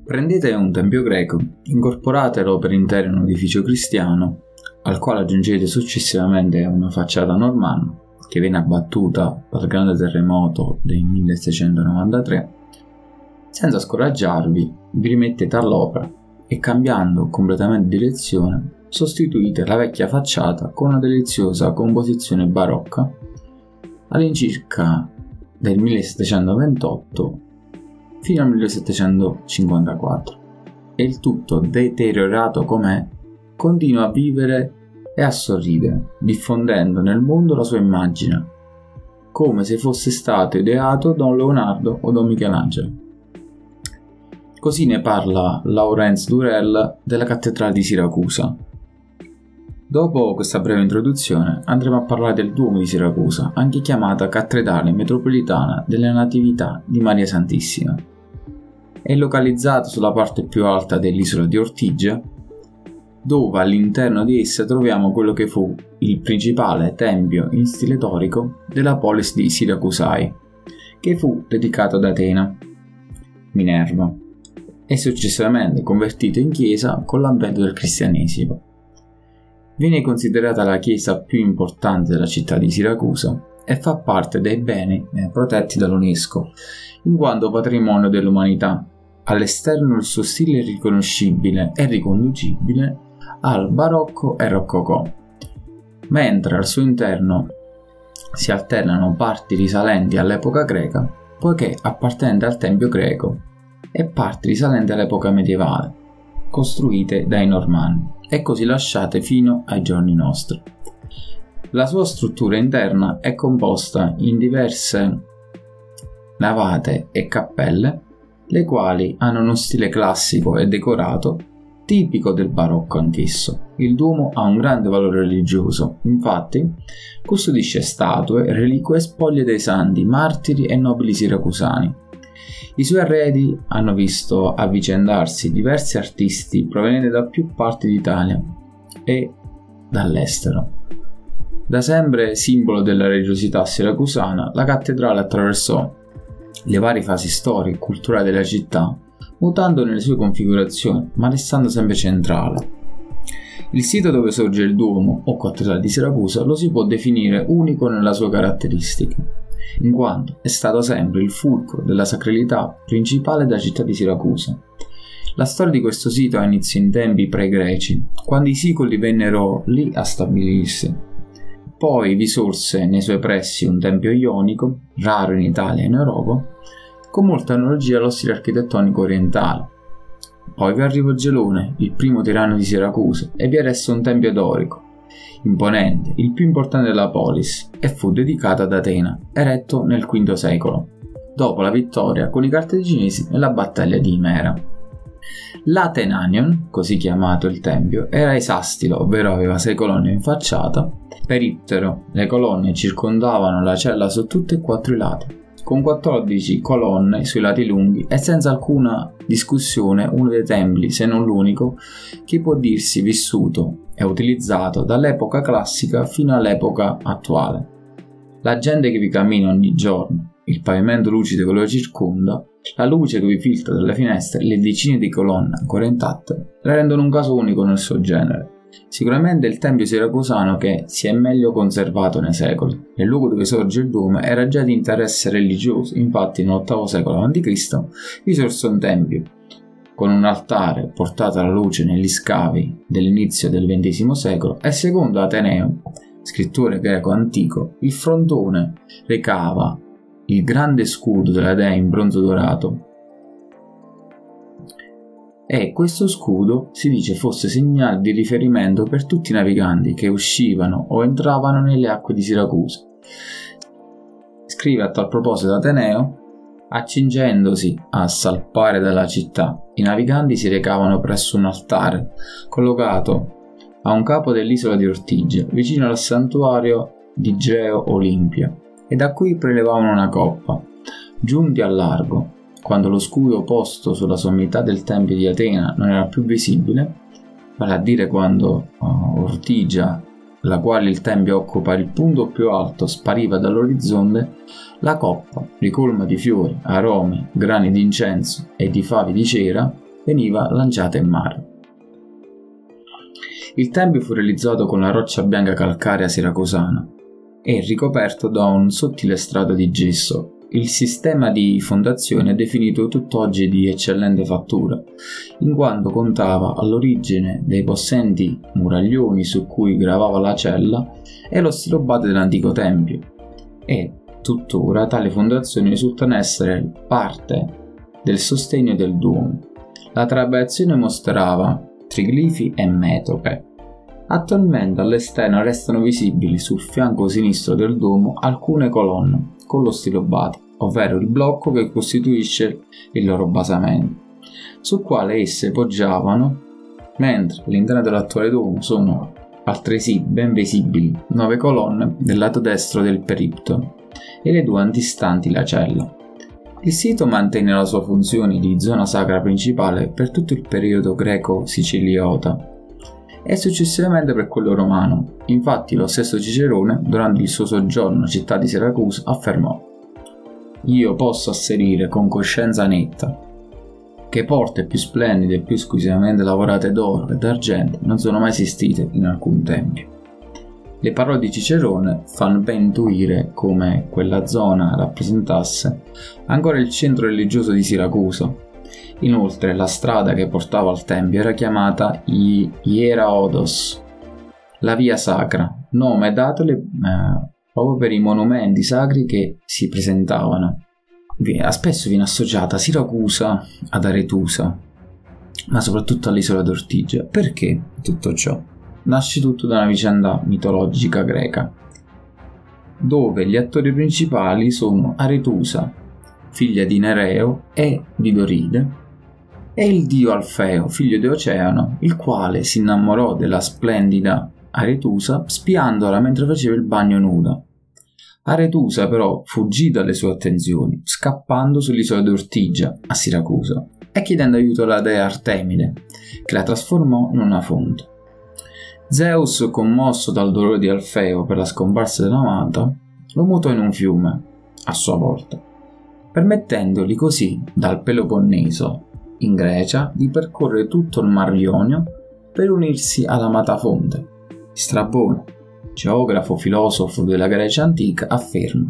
Prendete un tempio greco, incorporatelo per intero in un edificio cristiano, al quale aggiungete successivamente una facciata normanna, che viene abbattuta dal grande terremoto del 1693. Senza scoraggiarvi, vi rimettete all'opera e, cambiando completamente direzione, sostituite la vecchia facciata con una deliziosa composizione barocca all'incirca del 1728 fino al 1754, e il tutto, deteriorato com'è, continua a vivere e a sorridere, diffondendo nel mondo la sua immagine, come se fosse stato ideato da un Leonardo o da un Michelangelo. Così ne parla Laurence Durel della cattedrale di Siracusa. Dopo questa breve introduzione andremo a parlare del Duomo di Siracusa, anche chiamata Cattedrale Metropolitana della Natività di Maria Santissima. È localizzato sulla parte più alta dell'isola di Ortigia, dove all'interno di essa troviamo quello che fu il principale tempio in stile dorico della polis di Siracusai, che fu dedicato ad Atena, Minerva, e successivamente convertito in chiesa con l'avvento del cristianesimo. Viene considerata la chiesa più importante della città di Siracusa e fa parte dei beni protetti dall'UNESCO, in quanto patrimonio dell'umanità. All'esterno il suo stile è riconoscibile e riconducibile al barocco e rococò, mentre al suo interno si alternano parti risalenti all'epoca greca, poiché appartenente al tempio greco, e parti risalenti all'epoca medievale, costruite dai Normanni e così lasciate fino ai giorni nostri. La sua struttura interna è composta in diverse navate e cappelle, le quali hanno uno stile classico e decorato, tipico del barocco anch'esso. Il Duomo ha un grande valore religioso, infatti custodisce statue, reliquie e spoglie dei santi, martiri e nobili siracusani. I suoi arredi hanno visto avvicendarsi diversi artisti provenienti da più parti d'Italia e dall'estero. Da sempre simbolo della religiosità siracusana, la cattedrale attraversò le varie fasi storiche e culturali della città, mutando nelle sue configurazioni, ma restando sempre centrale. Il sito dove sorge il Duomo o cattedrale di Siracusa lo si può definire unico nella sua caratteristica, in quanto è stato sempre il fulcro della sacralità principale della città di Siracusa. La storia di questo sito ha inizio in tempi pre-greci, quando i siculi vennero lì a stabilirsi. Poi vi sorse nei suoi pressi un tempio ionico, raro in Italia e in Europa, con molta analogia allo stile architettonico orientale. Poi vi arrivò Gelone, il primo tiranno di Siracusa, e vi eresse un tempio dorico, imponente, il più importante della polis, e fu dedicato ad Atena, eretto nel V secolo, dopo la vittoria con i cartaginesi nella battaglia di Imera. L'Atenanion, così chiamato il tempio, era esastilo, ovvero aveva 6 colonne in facciata. Per iptero, le colonne circondavano la cella su tutti e 4 i lati, con 14 colonne sui lati lunghi e senza alcuna discussione uno dei templi, se non l'unico, che può dirsi vissuto e utilizzato dall'epoca classica fino all'epoca attuale. La gente che vi cammina ogni giorno, il pavimento lucido che lo circonda, la luce che vi filtra dalle finestre, le decine di colonne ancora intatte, la rendono un caso unico nel suo genere. Sicuramente il tempio siracusano che si è meglio conservato nei secoli. Il luogo dove sorge il Duomo era già di interesse religioso, infatti nell'VIII secolo a.C. vi sorse un tempio con un altare portato alla luce negli scavi dell'inizio del XX secolo e secondo Ateneo, scrittore greco antico, il frontone recava il grande scudo della dea in bronzo dorato, e questo scudo si dice fosse segnale di riferimento per tutti i naviganti che uscivano o entravano nelle acque di Siracusa. Scrive a tal proposito Ateneo: accingendosi a salpare dalla città, i naviganti si recavano presso un altare collocato a un capo dell'isola di Ortigia, vicino al santuario di Geo Olimpia, e da cui prelevavano una coppa. Giunti al largo, quando lo scudo posto sulla sommità del tempio di Atena non era più visibile, vale a dire quando Ortigia, la quale il tempio occupa il punto più alto, spariva dall'orizzonte, la coppa, ricolma di fiori, aromi, grani di incenso e di favi di cera, veniva lanciata in mare. Il tempio fu realizzato con la roccia bianca calcarea siracusana e ricoperto da un sottile strato di gesso. Il sistema di fondazione è definito tutt'oggi di eccellente fattura, in quanto contava all'origine dei possenti muraglioni su cui gravava la cella e lo stilobate dell'antico tempio, e tuttora tali fondazioni risultano essere parte del sostegno del Duomo. La trabeazione mostrava triglifi e metope. Attualmente all'esterno restano visibili sul fianco sinistro del Duomo alcune colonne con lo stilobate, ovvero il blocco che costituisce il loro basamento, sul quale esse poggiavano, mentre all'interno dell'attuale Duomo sono altresì ben visibili 9 colonne del lato destro del periptero e le 2 antistanti la cella. Il sito mantenne la sua funzione di zona sacra principale per tutto il periodo greco-siciliota e successivamente per quello romano. Infatti lo stesso Cicerone, durante il suo soggiorno alla città di Siracusa, affermò: «Io posso asserire con coscienza netta che porte più splendide e più squisitamente lavorate d'oro e d'argento non sono mai esistite in alcun tempio». Le parole di Cicerone fanno ben intuire come quella zona rappresentasse ancora il centro religioso di Siracusa. Inoltre la strada che portava al tempio era chiamata Hieraodos, la via sacra, nome datole proprio per i monumenti sacri che si presentavano. Spesso viene associata Siracusa ad Aretusa, ma soprattutto all'isola d'Ortigia. Perché tutto ciò? Nasce tutto da una vicenda mitologica greca, dove gli attori principali sono Aretusa, figlia di Nereo e di Doride, e il dio Alfeo, figlio di Oceano, il quale si innamorò della splendida Aretusa spiandola mentre faceva il bagno nuda. Aretusa però fuggì dalle sue attenzioni, scappando sull'isola d'Ortigia a Siracusa e chiedendo aiuto alla dea Artemide, che la trasformò in una fonte. Zeus, commosso dal dolore di Alfeo per la scomparsa dell'amata, lo mutò in un fiume, a sua volta, permettendogli così dal Peloponneso, in Grecia, di percorrere tutto il Mar Ionio per unirsi all'amata fonte. Strabone, geografo filosofo della Grecia antica, afferma: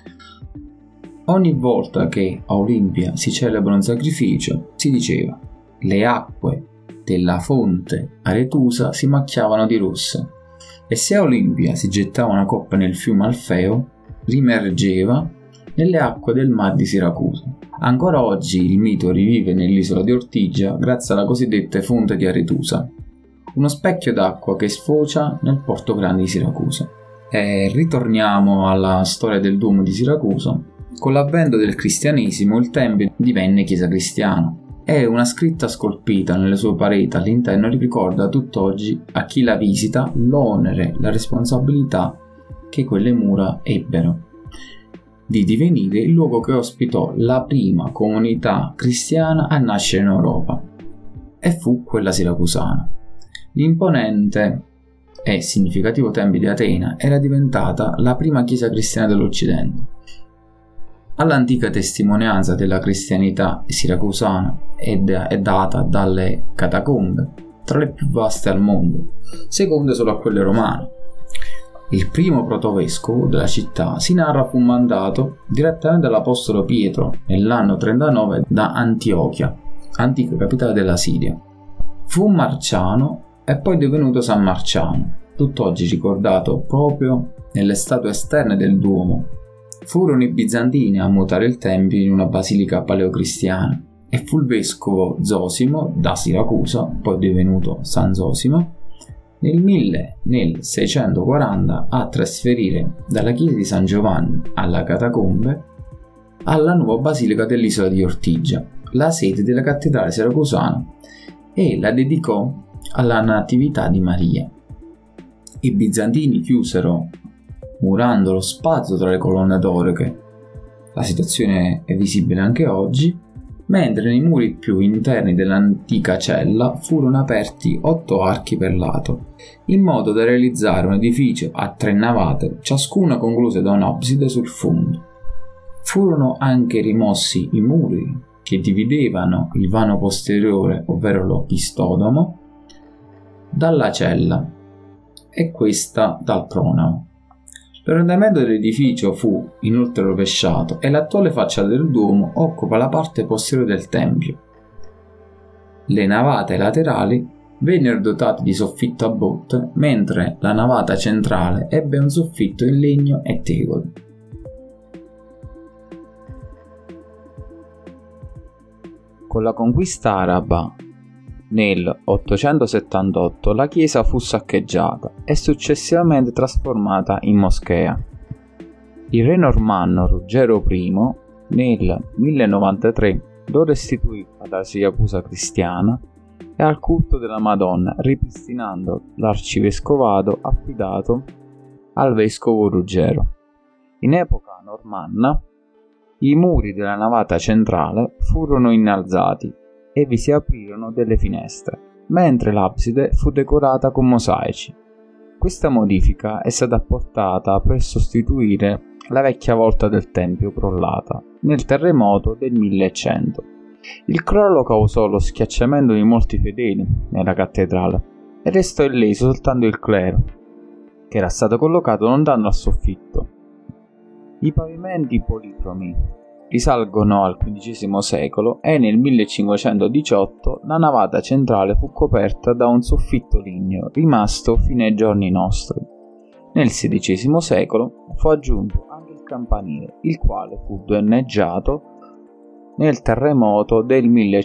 ogni volta che a Olimpia si celebra un sacrificio, si diceva, le acque della fonte Aretusa si macchiavano di rosse, e se a Olimpia si gettava una coppa nel fiume Alfeo, rimergeva nelle acque del mar di Siracusa. Ancora oggi il mito rivive nell'isola di Ortigia grazie alla cosiddetta fonte di Aretusa, uno specchio d'acqua che sfocia nel porto grande di Siracusa. E ritorniamo alla storia del Duomo di Siracusa. Con l'avvento del cristianesimo il tempio divenne chiesa cristiana e una scritta scolpita nelle sue pareti all'interno ricorda tutt'oggi a chi la visita l'onere, la responsabilità che quelle mura ebbero di divenire il luogo che ospitò la prima comunità cristiana a nascere in Europa, e fu quella siracusana. L'imponente e significativo tempio di Atena era diventata la prima chiesa cristiana dell'Occidente. All'antica testimonianza della cristianità siracusana è data dalle catacombe, tra le più vaste al mondo, seconde solo a quelle romane. Il primo protovescovo della città si narra fu mandato direttamente dall'apostolo Pietro nell'anno 39 da Antiochia, antica capitale della Siria. Fu Marciano e poi divenuto San Marciano, tutt'oggi ricordato proprio nelle statue esterne del Duomo. Furono i bizantini a mutare il tempio in una basilica paleocristiana e fu il vescovo Zosimo da Siracusa, poi divenuto San Zosimo, nel 640 a trasferire dalla chiesa di San Giovanni alla catacombe alla nuova basilica dell'isola di Ortigia, la sede della cattedrale siracusana, e la dedicò alla Natività di Maria. I bizantini chiusero murando lo spazio tra le colonne doriche. La situazione è visibile anche oggi, mentre nei muri più interni dell'antica cella furono aperti 8 archi per lato, in modo da realizzare un edificio a 3 navate, ciascuna conclusa da un'abside sul fondo. Furono anche rimossi i muri che dividevano il vano posteriore, ovvero l'opistodomo, dalla cella e questa dal pronao. L'orientamento dell'edificio fu inoltre rovesciato e l'attuale facciata del Duomo occupa la parte posteriore del tempio. Le navate laterali vennero dotate di soffitto a botte, mentre la navata centrale ebbe un soffitto in legno e tegole. Con la conquista araba nel 878 la chiesa fu saccheggiata e successivamente trasformata in moschea. Il re normanno Ruggero I nel 1093 lo restituì alla Siracusa cristiana e al culto della Madonna, ripristinando l'arcivescovado affidato al vescovo Ruggero. In epoca normanna i muri della navata centrale furono innalzati e vi si aprirono delle finestre, mentre l'abside fu decorata con mosaici. Questa modifica è stata apportata per sostituire la vecchia volta del tempio crollata nel terremoto del 1100. Il crollo causò lo schiacciamento di molti fedeli nella cattedrale e restò illeso soltanto il clero, che era stato collocato lontano dal soffitto. I pavimenti policromi risalgono al XV secolo e nel 1518 la navata centrale fu coperta da un soffitto ligneo rimasto fino ai giorni nostri. Nel XVI secolo fu aggiunto anche il campanile, il quale fu danneggiato nel terremoto del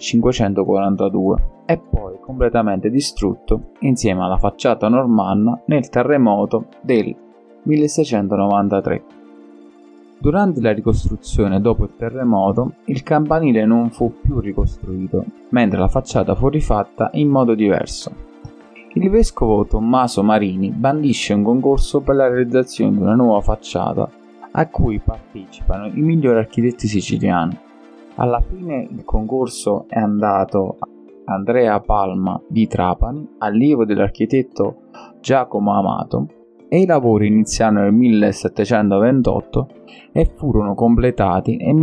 1542 e poi completamente distrutto insieme alla facciata normanna nel terremoto del 1693. Durante la ricostruzione dopo il terremoto, il campanile non fu più ricostruito, mentre la facciata fu rifatta in modo diverso. Il vescovo Tommaso Marini bandisce un concorso per la realizzazione di una nuova facciata a cui partecipano i migliori architetti siciliani. Alla fine il concorso è andato a Andrea Palma di Trapani, allievo dell'architetto Giacomo Amato, e i lavori iniziarono nel 1728 e furono completati nel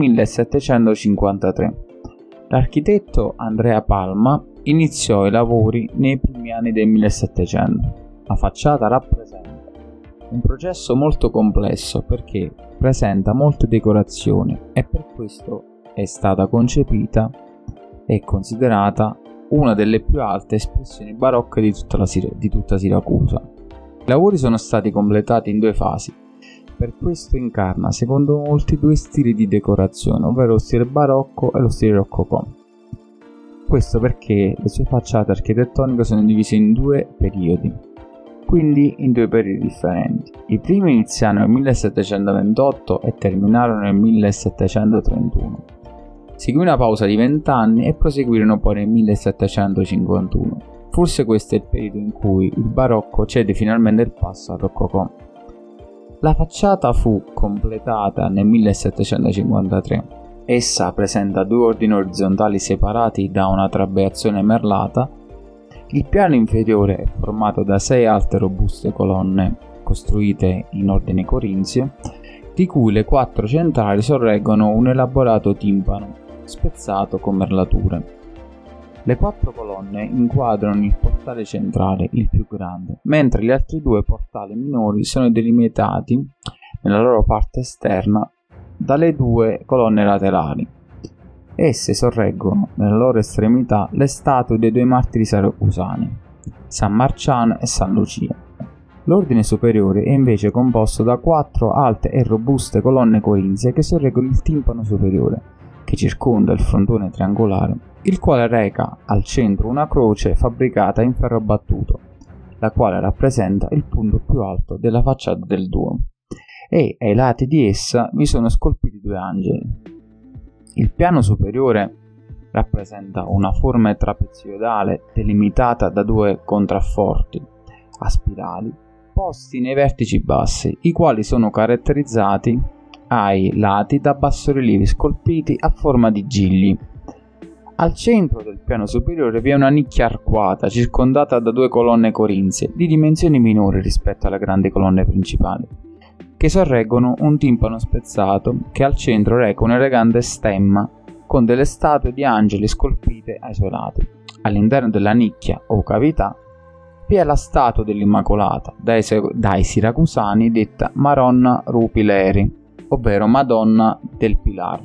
1753. L'architetto Andrea Palma iniziò i lavori nei primi anni del 1700. La facciata rappresenta un processo molto complesso perché presenta molte decorazioni e per questo è stata concepita e considerata una delle più alte espressioni barocche di tutta Siracusa. I lavori sono stati completati in 2 fasi, per questo incarna secondo molti 2 stili di decorazione, ovvero lo stile barocco e lo stile rococò. Questo perché le sue facciate architettoniche sono divise in 2 periodi, quindi in 2 periodi differenti. I primi iniziarono nel 1728 e terminarono nel 1731. Seguì una pausa di 20 anni e proseguirono poi nel 1751. Forse questo è il periodo in cui il barocco cede finalmente il passo al rococò. La facciata fu completata nel 1753. Essa presenta 2 ordini orizzontali separati da una trabeazione merlata. Il piano inferiore è formato da 6 alte robuste colonne costruite in ordine corinzio, di cui le 4 centrali sorreggono un elaborato timpano spezzato con merlature. Le 4 colonne inquadrano il portale centrale, il più grande, mentre gli altri 2 portali minori sono delimitati nella loro parte esterna dalle 2 colonne laterali. Esse sorreggono nella loro estremità le statue dei 2 martiri siracusani, San Marciano e San Lucia. L'ordine superiore è invece composto da 4 alte e robuste colonne corinzie che sorreggono il timpano superiore, che circonda il frontone triangolare, il quale reca al centro una croce fabbricata in ferro battuto, la quale rappresenta il punto più alto della facciata del Duomo, e ai lati di essa vi sono scolpiti 2 angeli. Il piano superiore rappresenta una forma trapezioidale delimitata da 2 contrafforti a spirali posti nei vertici bassi, i quali sono caratterizzati ai lati da bassorilievi scolpiti a forma di gigli. Al centro del piano superiore vi è una nicchia arcuata circondata da 2 colonne corinzie di dimensioni minori rispetto alle grandi colonne principali, che sorreggono un timpano spezzato che al centro reca un elegante stemma con delle statue di angeli scolpite ai suoi lati. All'interno della nicchia o cavità vi è la statua dell'Immacolata, dai siracusani detta Maronna Rupileri, ovvero Madonna del Pilar.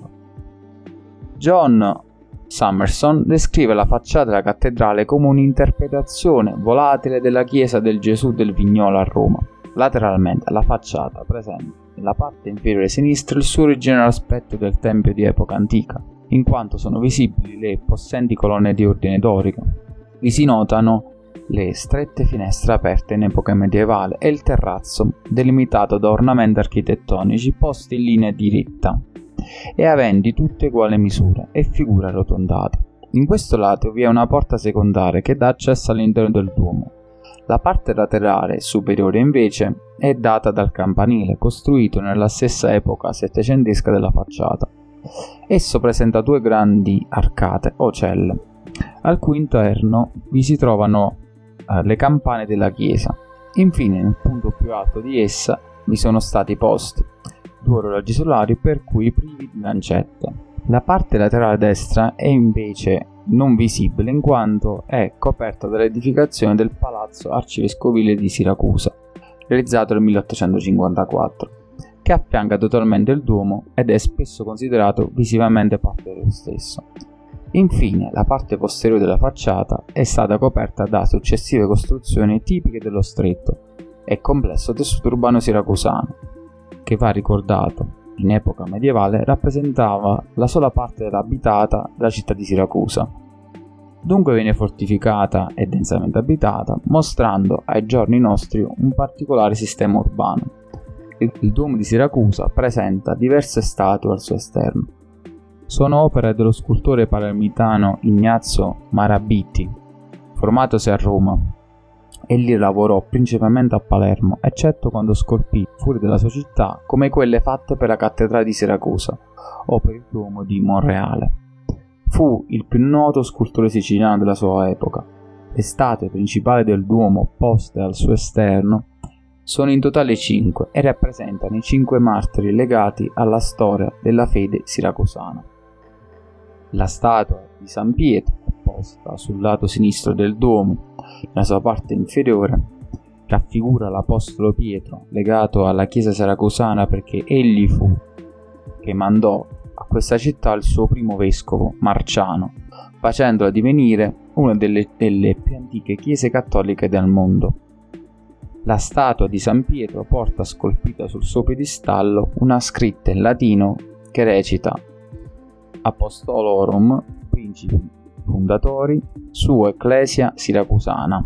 John Summerson descrive la facciata della cattedrale come un'interpretazione volatile della chiesa del Gesù del Vignolo a Roma. Lateralmente la facciata presenta nella parte inferiore sinistra il suo originale aspetto del tempio di epoca antica, in quanto sono visibili le possenti colonne di ordine dorico. Vi si notano le strette finestre aperte in epoca medievale e il terrazzo, delimitato da ornamenti architettonici posti in linea diritta e aventi tutte uguali misure e figura arrotondata. In questo lato vi è una porta secondaria che dà accesso all'interno del Duomo. La parte laterale superiore invece è data dal campanile, costruito nella stessa epoca settecentesca della facciata. Esso presenta due grandi arcate o celle, al cui interno vi si trovano le campane della chiesa. Infine, nel punto più alto di essa vi sono stati posti due orologi solari per cui privi di lancette. La parte laterale destra è invece non visibile in quanto è coperta dall'edificazione del palazzo arcivescovile di Siracusa, realizzato nel 1854, che affianca totalmente il Duomo ed è spesso considerato visivamente parte dello stesso. Infine, la parte posteriore della facciata è stata coperta da successive costruzioni tipiche dello stretto e complesso tessuto urbano siracusano, che va ricordato, in epoca medievale rappresentava la sola parte abitata della città di Siracusa. Dunque viene fortificata e densamente abitata, mostrando ai giorni nostri un particolare sistema urbano. Il Duomo di Siracusa presenta diverse statue al suo esterno. Sono opere dello scultore palermitano Ignazio Marabiti, formatosi a Roma. Egli lavorò principalmente a Palermo, eccetto quando scolpì fuori della sua città, come quelle fatte per la cattedrale di Siracusa o per il Duomo di Monreale. Fu il più noto scultore siciliano della sua epoca. Le statue principali del Duomo poste al suo esterno sono in totale 5 e rappresentano i 5 martiri legati alla storia della fede siracusana. La statua di San Pietro, posta sul lato sinistro del Duomo, nella sua parte inferiore, raffigura l'apostolo Pietro legato alla chiesa siracusana perché egli fu che mandò a questa città il suo primo vescovo, Marciano, facendola divenire una delle più antiche chiese cattoliche del mondo. La statua di San Pietro porta scolpita sul suo piedistallo una scritta in latino che recita Apostolorum Principi Fondatori Sua Ecclesia Siracusana.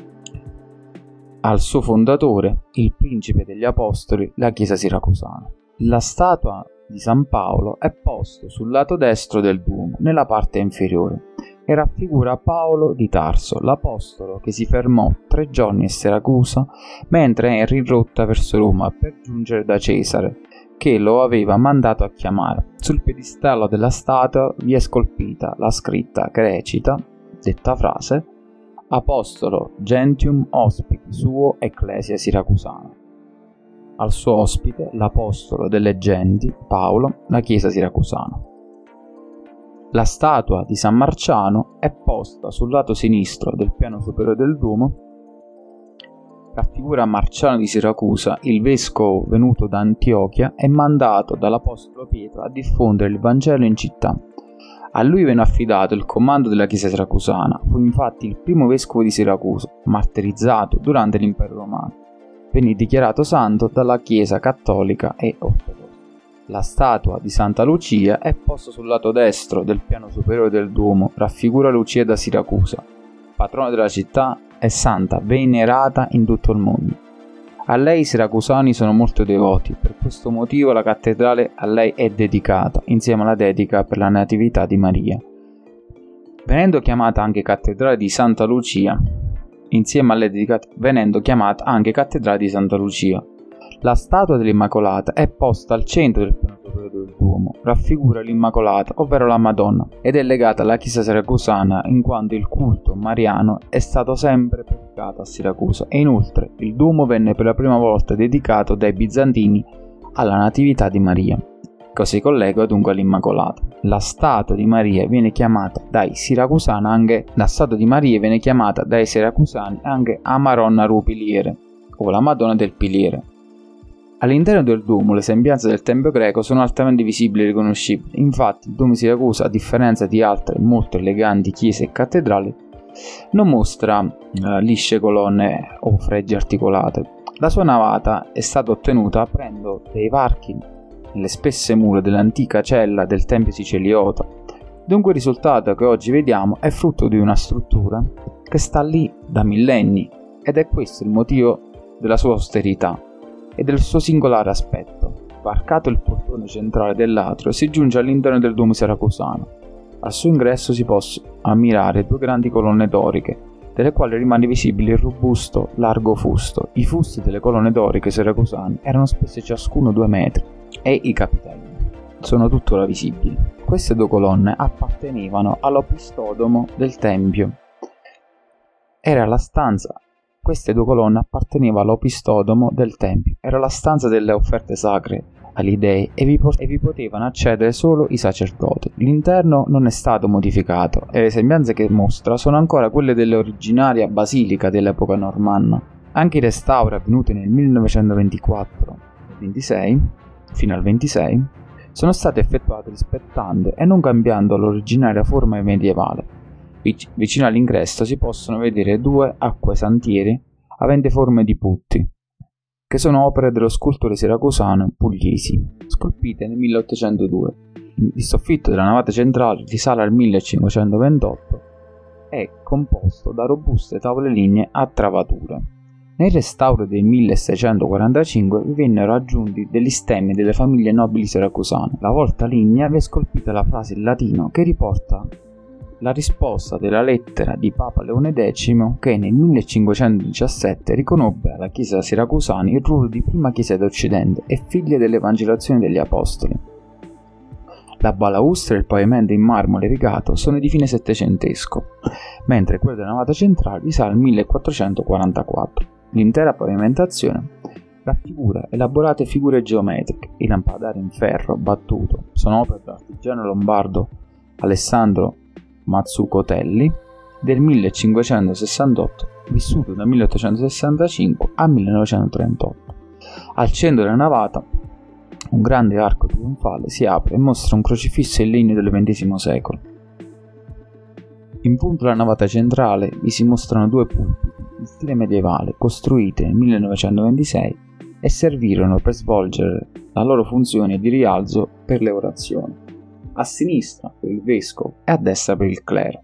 Al suo fondatore, il principe degli apostoli, la chiesa siracusana. La statua di San Paolo è posta sul lato destro del Duomo, nella parte inferiore, e raffigura Paolo di Tarso, l'apostolo che si fermò 3 giorni a Siracusa mentre era in rotta verso Roma per giungere da Cesare, che lo aveva mandato a chiamare. Sul piedistallo della statua vi è scolpita la scritta che recita, detta frase, Apostolo Gentium Hospiti Suo Ecclesia Siracusana. Al suo ospite, l'apostolo delle genti, Paolo, la chiesa siracusana. La statua di San Marciano è posta sul lato sinistro del piano superiore del Duomo. Raffigura Marciano di Siracusa, il vescovo venuto da Antiochia e mandato dall'apostolo Pietro a diffondere il Vangelo in città. A lui venne affidato il comando della chiesa siracusana. Fu infatti il primo vescovo di Siracusa, martirizzato durante l'impero romano. Venne dichiarato santo dalla chiesa cattolica e ortodossa. La statua di Santa Lucia è posta sul lato destro del piano superiore del Duomo. Raffigura Lucia da Siracusa, patrona della città e santa venerata in tutto il mondo. A lei i siracusani sono molto devoti, per questo motivo la cattedrale a lei è dedicata, insieme alla dedica per la Natività di Maria. Venendo chiamata anche cattedrale di Santa Lucia, insieme alle dedicate, venendo chiamata anche cattedrale di Santa Lucia. La statua dell'Immacolata è posta al centro del piano superiore del Duomo, raffigura l'Immacolata, ovvero la Madonna, ed è legata alla chiesa siracusana in quanto il culto mariano è stato sempre praticato a Siracusa e inoltre il Duomo venne per la prima volta dedicato dai bizantini alla Natività di Maria. Ecco si collega dunque all'Immacolata. La statua di Maria viene chiamata dai siracusani anche Amaronna Rupiliere o la Madonna del Piliere. All'interno del Duomo le sembianze del tempio greco sono altamente visibili e riconoscibili. Infatti il Duomo di Siracusa, a differenza di altre molto eleganti chiese e cattedrali, non mostra lisce colonne o fregge articolate. La sua navata è stata ottenuta aprendo dei varchi nelle spesse mura dell'antica cella del tempio siceliota. Dunque il risultato che oggi vediamo è frutto di una struttura che sta lì da millenni, ed è questo il motivo della sua austerità e del suo singolare aspetto. Varcato il portone centrale dell'atrio, si giunge all'interno del Duomo siracusano. Al suo ingresso si possono ammirare due grandi colonne doriche, delle quali rimane visibile il robusto, largo fusto. I fusti delle colonne doriche siracusane erano spesse ciascuno 2 metri e i capitelli sono tuttora visibili. Queste due colonne appartenevano all'opistodomo del tempio. Queste due colonne appartenevano all'opistodomo del tempio. Era la stanza delle offerte sacre agli dei e vi potevano accedere solo i sacerdoti. L'interno non è stato modificato e le sembianze che mostra sono ancora quelle dell'originaria basilica dell'epoca normanna. Anche i restauri avvenuti nel 1924-26 fino al 26 sono stati effettuati rispettando e non cambiando l'originaria forma medievale. Vicino all'ingresso si possono vedere 2 acquesantieri aventi forme di putti, che sono opere dello scultore siracusano Pugliesi, scolpite nel 1802. Il soffitto della navata centrale risale al 1528 e è composto da robuste tavole lignee a travature. Nel restauro del 1645 vi vennero aggiunti degli stemmi delle famiglie nobili siracusane. La volta lignea vi è scolpita la frase in latino che riporta la risposta della lettera di Papa Leone X, che nel 1517 riconobbe alla Chiesa siracusana il ruolo di prima Chiesa d'Occidente e figlia dell'Evangelazione degli Apostoli. La balaustra e il pavimento in marmo levigato sono di fine settecentesco, mentre quello della navata centrale risale al 1444. L'intera pavimentazione raffigura elaborate figure geometriche. I lampadari in ferro battuto sono opere dell'artigiano lombardo Alessandro Mazzucotelli del 1568, vissuto dal 1865 al 1938. Al centro della navata un grande arco trionfale si apre e mostra un crocifisso in legno del XX secolo. In punto alla navata centrale vi si mostrano 2 pulpiti in stile medievale costruiti nel 1926 e servirono per svolgere la loro funzione di rialzo per le orazioni, a sinistra per il vescovo e a destra per il clero.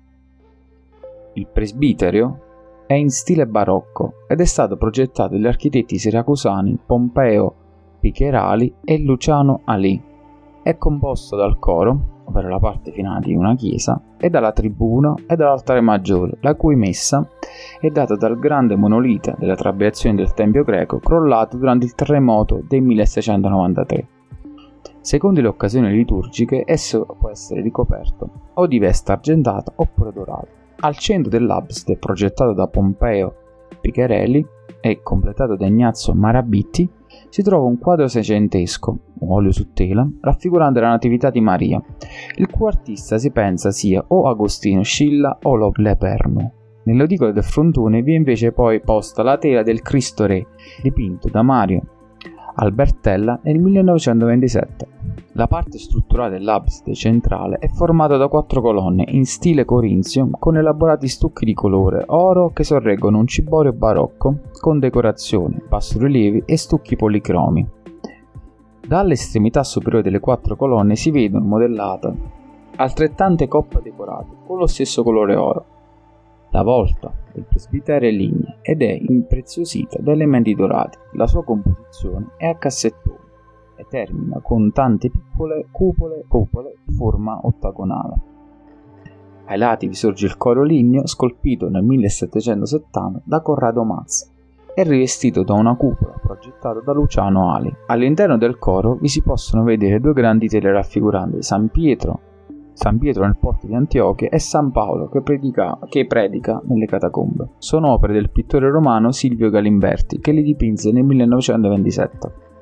Il presbiterio è in stile barocco ed è stato progettato dagli architetti siracusani Pompeo Picherali e Luciano Ali. È composto dal coro, ovvero la parte finale di una chiesa, e dalla tribuna e dall'altare maggiore, la cui messa è data dal grande monolite della trabeazione del tempio greco crollato durante il terremoto del 1693. Secondo le occasioni liturgiche, esso può essere ricoperto o di veste argentata oppure dorata. Al centro dell'abside, progettato da Pompeo Picherelli e completato da Ignazio Marabitti, si trova un quadro seicentesco, olio su tela, raffigurante la Natività di Maria, il cui artista si pensa sia o Agostino Scilla o Leperno. Nell'edicolo del frontone vi è invece poi posta la tela del Cristo Re, dipinto da Mario Albertella nel 1927. La parte strutturale dell'abside centrale è formata da 4 colonne in stile corinzio con elaborati stucchi di colore oro che sorreggono un ciborio barocco con decorazioni, bassorilievi e stucchi policromi. Dall'estremità superiore delle 4 colonne si vedono modellate altrettante coppe decorate con lo stesso colore oro. La volta del presbiterio è lignea ed è impreziosita da elementi dorati. La sua composizione è a cassettoni e termina con tante piccole cupole di forma ottagonale. Ai lati vi sorge il coro ligneo scolpito nel 1770 da Corrado Mazza e rivestito da una cupola progettata da Luciano Ali. All'interno del coro vi si possono vedere 2 grandi tele raffiguranti San Pietro nel porto di Antiochia e San Paolo che predica nelle catacombe. Sono opere del pittore romano Silvio Galimberti che li dipinse nel 1927.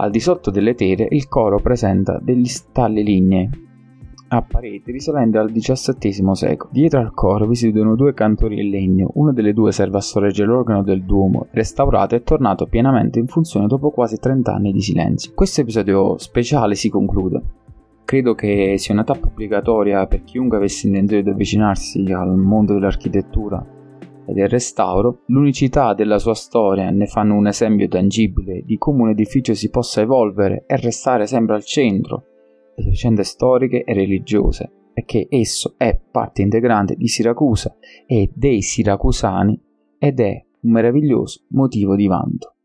Al di sotto delle tere il coro presenta degli stalli lignei a parete risalenti al XVII secolo. Dietro al coro vi si vedono 2 cantori in legno, una delle 2 serve a sorreggere l'organo del Duomo, restaurato e tornato pienamente in funzione dopo quasi 30 anni di silenzio. Questo episodio speciale si conclude. Credo che sia una tappa obbligatoria per chiunque avesse intenzione di avvicinarsi al mondo dell'architettura e del restauro. L'unicità della sua storia ne fanno un esempio tangibile di come un edificio si possa evolvere e restare sempre al centro delle vicende storiche e religiose, e che esso è parte integrante di Siracusa e dei siracusani ed è un meraviglioso motivo di vanto.